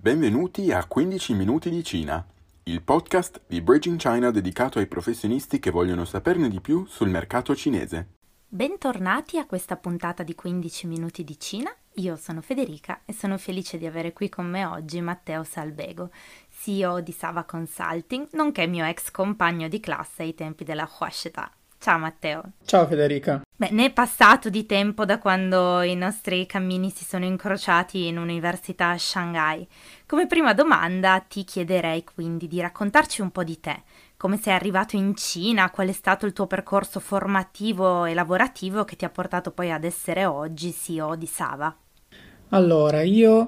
Benvenuti a 15 minuti di Cina, il podcast di Bridging China dedicato ai professionisti che vogliono saperne di più sul mercato cinese. Bentornati a questa puntata di 15 minuti di Cina. Io sono Federica e sono felice di avere qui con me oggi Matteo Salvego, CEO di Sava Consulting, nonché mio ex compagno di classe ai tempi della Huashita. Ciao Matteo. Ciao Federica. Beh, ne è passato di tempo da quando i nostri cammini si sono incrociati in un'università a Shanghai. Come prima domanda ti chiederei quindi di raccontarci un po' di te. Come sei arrivato in Cina? Qual è stato il tuo percorso formativo e lavorativo che ti ha portato poi ad essere oggi CEO di Sava? Allora,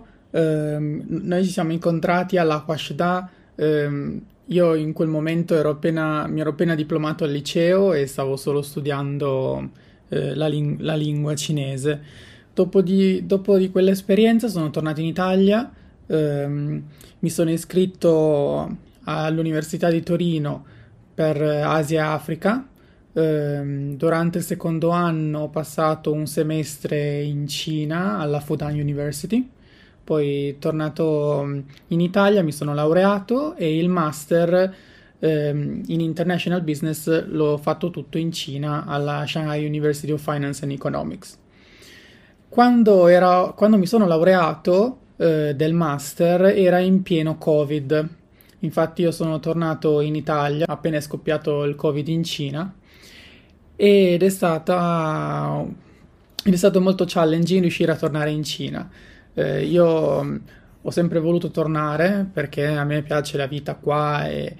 noi ci siamo incontrati alla Huashida. Io in quel momento mi ero appena diplomato al liceo e stavo solo studiando la lingua cinese. Dopo di quell'esperienza sono tornato in Italia, mi sono iscritto all'Università di Torino per Asia e Africa. Durante il secondo anno ho passato un semestre in Cina alla Fudan University. Poi tornato in Italia mi sono laureato e il master in International Business l'ho fatto tutto in Cina alla Shanghai University of Finance and Economics. Quando mi sono laureato del master era in pieno Covid. Infatti io sono tornato in Italia appena è scoppiato il Covid in Cina ed è stato molto challenging riuscire a tornare in Cina. Io ho sempre voluto tornare perché a me piace la vita qua e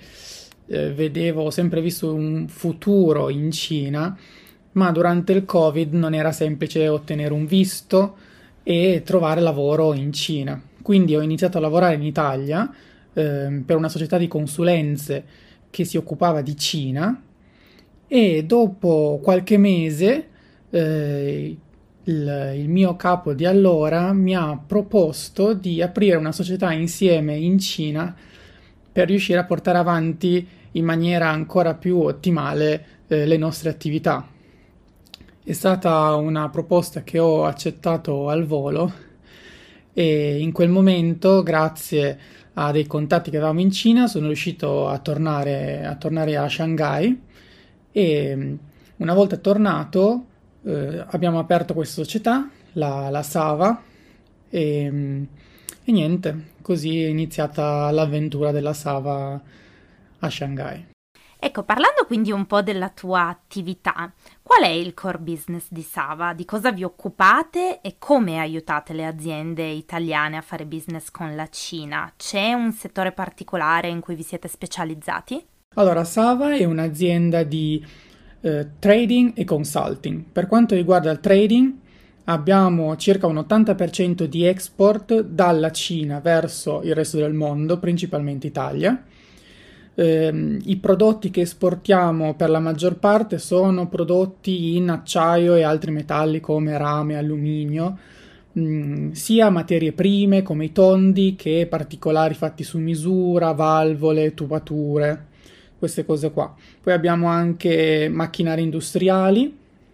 ho sempre visto un futuro in Cina, ma durante il Covid non era semplice ottenere un visto e trovare lavoro in Cina. Quindi ho iniziato a lavorare in Italia per una società di consulenze che si occupava di Cina e dopo qualche mese il mio capo di allora mi ha proposto di aprire una società insieme in Cina per riuscire a portare avanti in maniera ancora più ottimale le nostre attività. È stata una proposta che ho accettato al volo e in quel momento, grazie a dei contatti che avevamo in Cina, sono riuscito a tornare a Shanghai e una volta tornato abbiamo aperto questa società, la Sava, e niente, così è iniziata l'avventura della Sava a Shanghai. Ecco, parlando quindi un po' della tua attività, qual è il core business di Sava? Di cosa vi occupate e come aiutate le aziende italiane a fare business con la Cina? C'è un settore particolare in cui vi siete specializzati? Allora, Sava è un'azienda di trading e consulting. Per quanto riguarda il trading, abbiamo circa un 80% di export dalla Cina verso il resto del mondo, principalmente Italia. I prodotti che esportiamo per la maggior parte sono prodotti in acciaio e altri metalli come rame, alluminio, sia materie prime come i tondi che particolari fatti su misura, valvole, tubature, queste cose qua. Poi abbiamo anche macchinari industriali,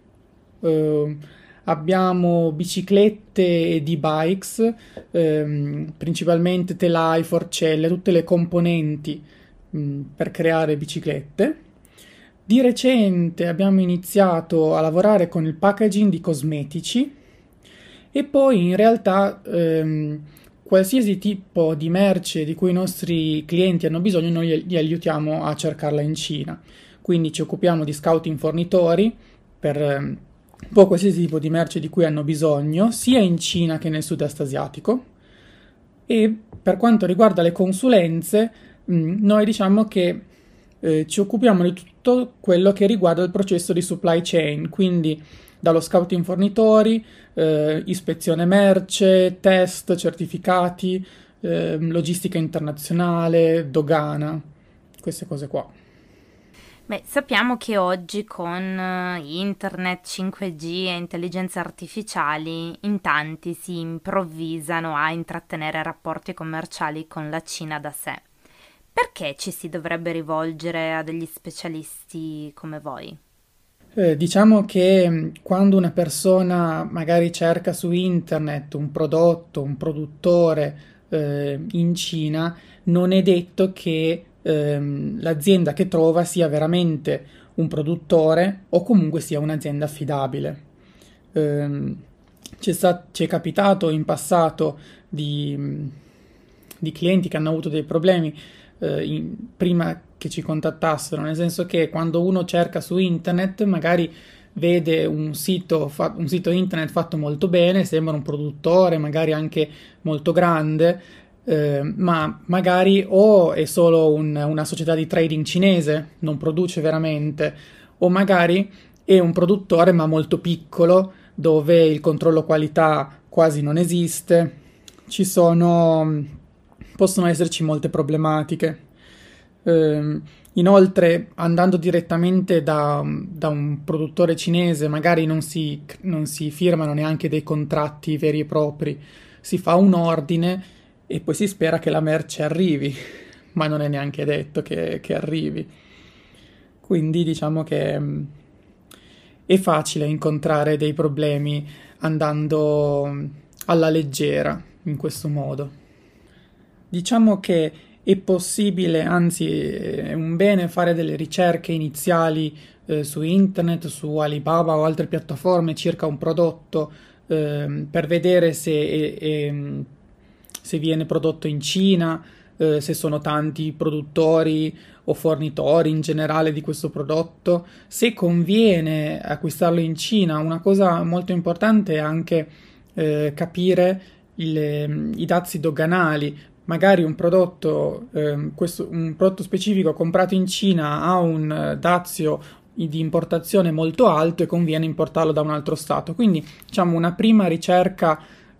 abbiamo biciclette e e-bikes, principalmente telai, forcelle, tutte le componenti per creare biciclette. Di recente abbiamo iniziato a lavorare con il packaging di cosmetici e poi in realtà qualsiasi tipo di merce di cui i nostri clienti hanno bisogno noi li aiutiamo a cercarla in Cina. Quindi ci occupiamo di scouting fornitori per un po' qualsiasi tipo di merce di cui hanno bisogno, sia in Cina che nel sud-est asiatico. E per quanto riguarda le consulenze, noi diciamo che ci occupiamo di tutto quello che riguarda il processo di supply chain, quindi dallo scouting fornitori, ispezione merce, test, certificati, logistica internazionale, dogana, queste cose qua. Beh, sappiamo che oggi con internet, 5G e intelligenze artificiali in tanti si improvvisano a intrattenere rapporti commerciali con la Cina da sé. Perché ci si dovrebbe rivolgere a degli specialisti come voi? Diciamo che quando una persona magari cerca su internet un prodotto, un produttore in Cina, non è detto che l'azienda che trova sia veramente un produttore o comunque sia un'azienda affidabile. Ci è capitato in passato di clienti che hanno avuto dei problemi prima che ci contattassero, nel senso che quando uno cerca su internet magari vede un sito internet fatto molto bene, sembra un produttore, magari anche molto grande, ma magari o è solo una società di trading cinese, non produce veramente, o magari è un produttore ma molto piccolo, dove il controllo qualità quasi non esiste. Possono esserci molte problematiche. Inoltre, andando direttamente da un produttore cinese, magari non si firmano neanche dei contratti veri e propri, si fa un ordine e poi si spera che la merce arrivi, ma non è neanche detto che arrivi. Quindi diciamo che è facile incontrare dei problemi andando alla leggera in questo modo. Diciamo che è possibile, anzi è un bene fare delle ricerche iniziali su internet, su Alibaba o altre piattaforme circa un prodotto per vedere se viene prodotto in Cina, se sono tanti produttori o fornitori in generale di questo prodotto, se conviene acquistarlo in Cina. Una cosa molto importante è anche capire i dazi doganali. Magari un prodotto specifico comprato in Cina ha un dazio di importazione molto alto e conviene importarlo da un altro stato. Quindi, diciamo, una prima ricerca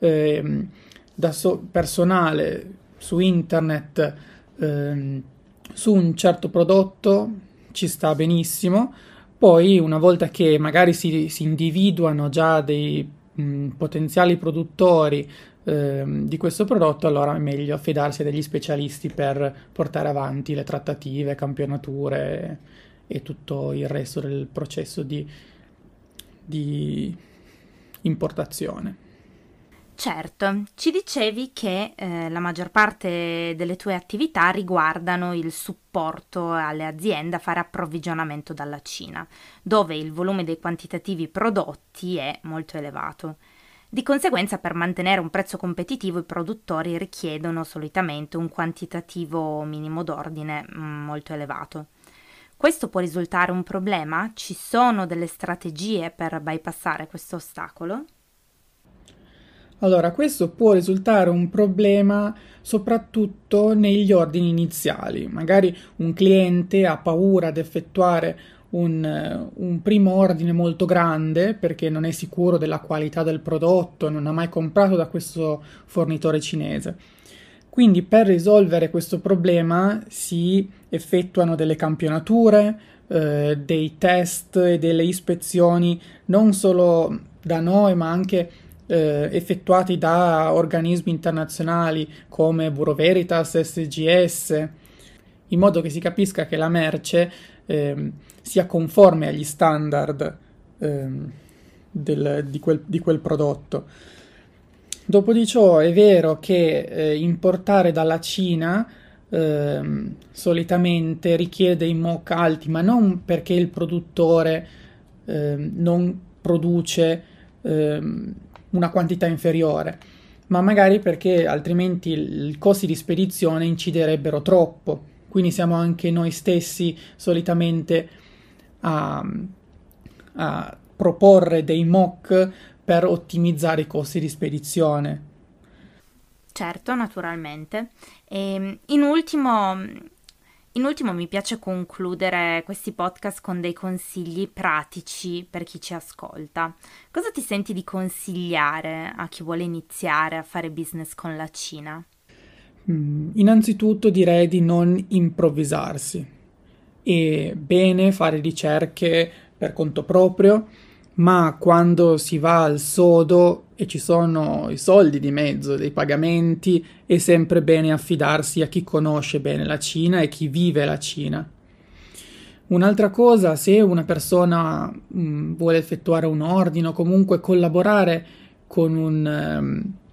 personale su internet su un certo prodotto ci sta benissimo. Poi, una volta che magari si individuano già dei potenziali produttori di questo prodotto, allora è meglio affidarsi a degli specialisti per portare avanti le trattative, campionature e tutto il resto del processo di importazione. Certo, ci dicevi che la maggior parte delle tue attività riguardano il supporto alle aziende a fare approvvigionamento dalla Cina, dove il volume dei quantitativi prodotti è molto elevato. Di conseguenza, per mantenere un prezzo competitivo, i produttori richiedono solitamente un quantitativo minimo d'ordine molto elevato. Questo può risultare un problema? Ci sono delle strategie per bypassare questo ostacolo? Allora, questo può risultare un problema soprattutto negli ordini iniziali. Magari un cliente ha paura di effettuare un primo ordine molto grande perché non è sicuro della qualità del prodotto, non ha mai comprato da questo fornitore cinese. Quindi per risolvere questo problema si effettuano delle campionature, dei test e delle ispezioni non solo da noi ma anche effettuati da organismi internazionali come Bureau Veritas, SGS, in modo che si capisca che la merce sia conforme agli standard di quel prodotto. Dopo di ciò è vero che importare dalla Cina solitamente richiede dei MOC alti, ma non perché il produttore non produce una quantità inferiore, ma magari perché altrimenti i costi di spedizione inciderebbero troppo. Quindi siamo anche noi stessi solitamente a proporre dei MOC per ottimizzare i costi di spedizione. Certo, naturalmente. E in ultimo mi piace concludere questi podcast con dei consigli pratici per chi ci ascolta. Cosa ti senti di consigliare a chi vuole iniziare a fare business con la Cina? Innanzitutto direi di non improvvisarsi. È bene fare ricerche per conto proprio, ma quando si va al sodo e ci sono i soldi di mezzo, dei pagamenti, è sempre bene affidarsi a chi conosce bene la Cina e chi vive la Cina. Un'altra cosa, se una persona vuole effettuare un ordine o comunque collaborare con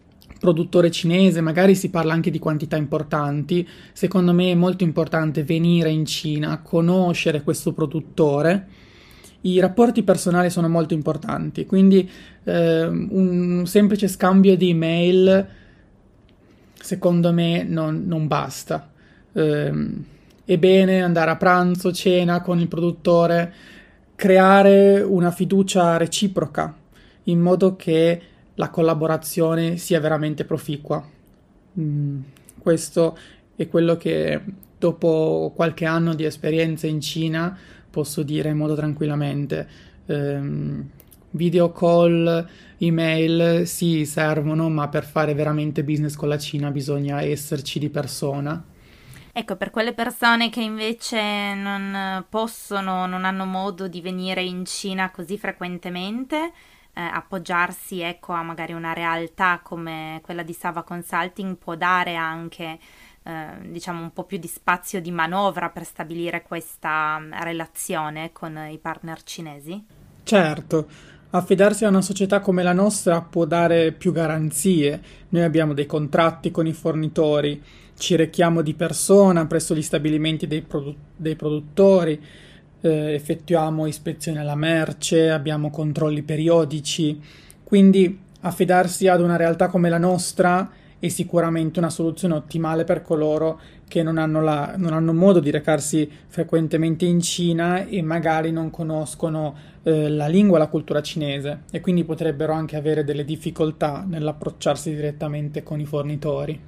produttore cinese, magari si parla anche di quantità importanti. Secondo me è molto importante venire in Cina, conoscere questo produttore. I rapporti personali sono molto importanti, quindi un semplice scambio di email secondo me non basta. È bene andare a pranzo, cena con il produttore, creare una fiducia reciproca in modo che la collaborazione sia veramente proficua. Questo è quello che dopo qualche anno di esperienza in Cina posso dire molto tranquillamente. Video call, email sì, servono, ma per fare veramente business con la Cina bisogna esserci di persona. Ecco, per quelle persone che invece non possono, non hanno modo di venire in Cina così frequentemente, appoggiarsi, ecco, a magari una realtà come quella di Sava Consulting può dare anche, diciamo, un po' più di spazio di manovra per stabilire questa relazione con i partner cinesi? Certo, affidarsi a una società come la nostra può dare più garanzie. Noi abbiamo dei contratti con i fornitori, ci rechiamo di persona presso gli stabilimenti dei produttori, effettuiamo ispezioni alla merce, abbiamo controlli periodici, quindi affidarsi ad una realtà come la nostra è sicuramente una soluzione ottimale per coloro che non hanno modo di recarsi frequentemente in Cina e magari non conoscono la lingua e la cultura cinese e quindi potrebbero anche avere delle difficoltà nell'approcciarsi direttamente con i fornitori.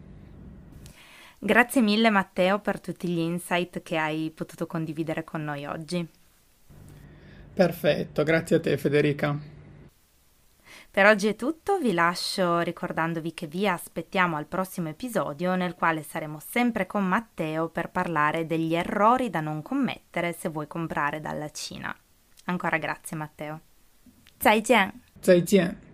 Grazie mille Matteo per tutti gli insight che hai potuto condividere con noi oggi. Perfetto, grazie a te Federica. Per oggi è tutto, vi lascio ricordandovi che vi aspettiamo al prossimo episodio nel quale saremo sempre con Matteo per parlare degli errori da non commettere se vuoi comprare dalla Cina. Ancora grazie Matteo. 再见. 再见。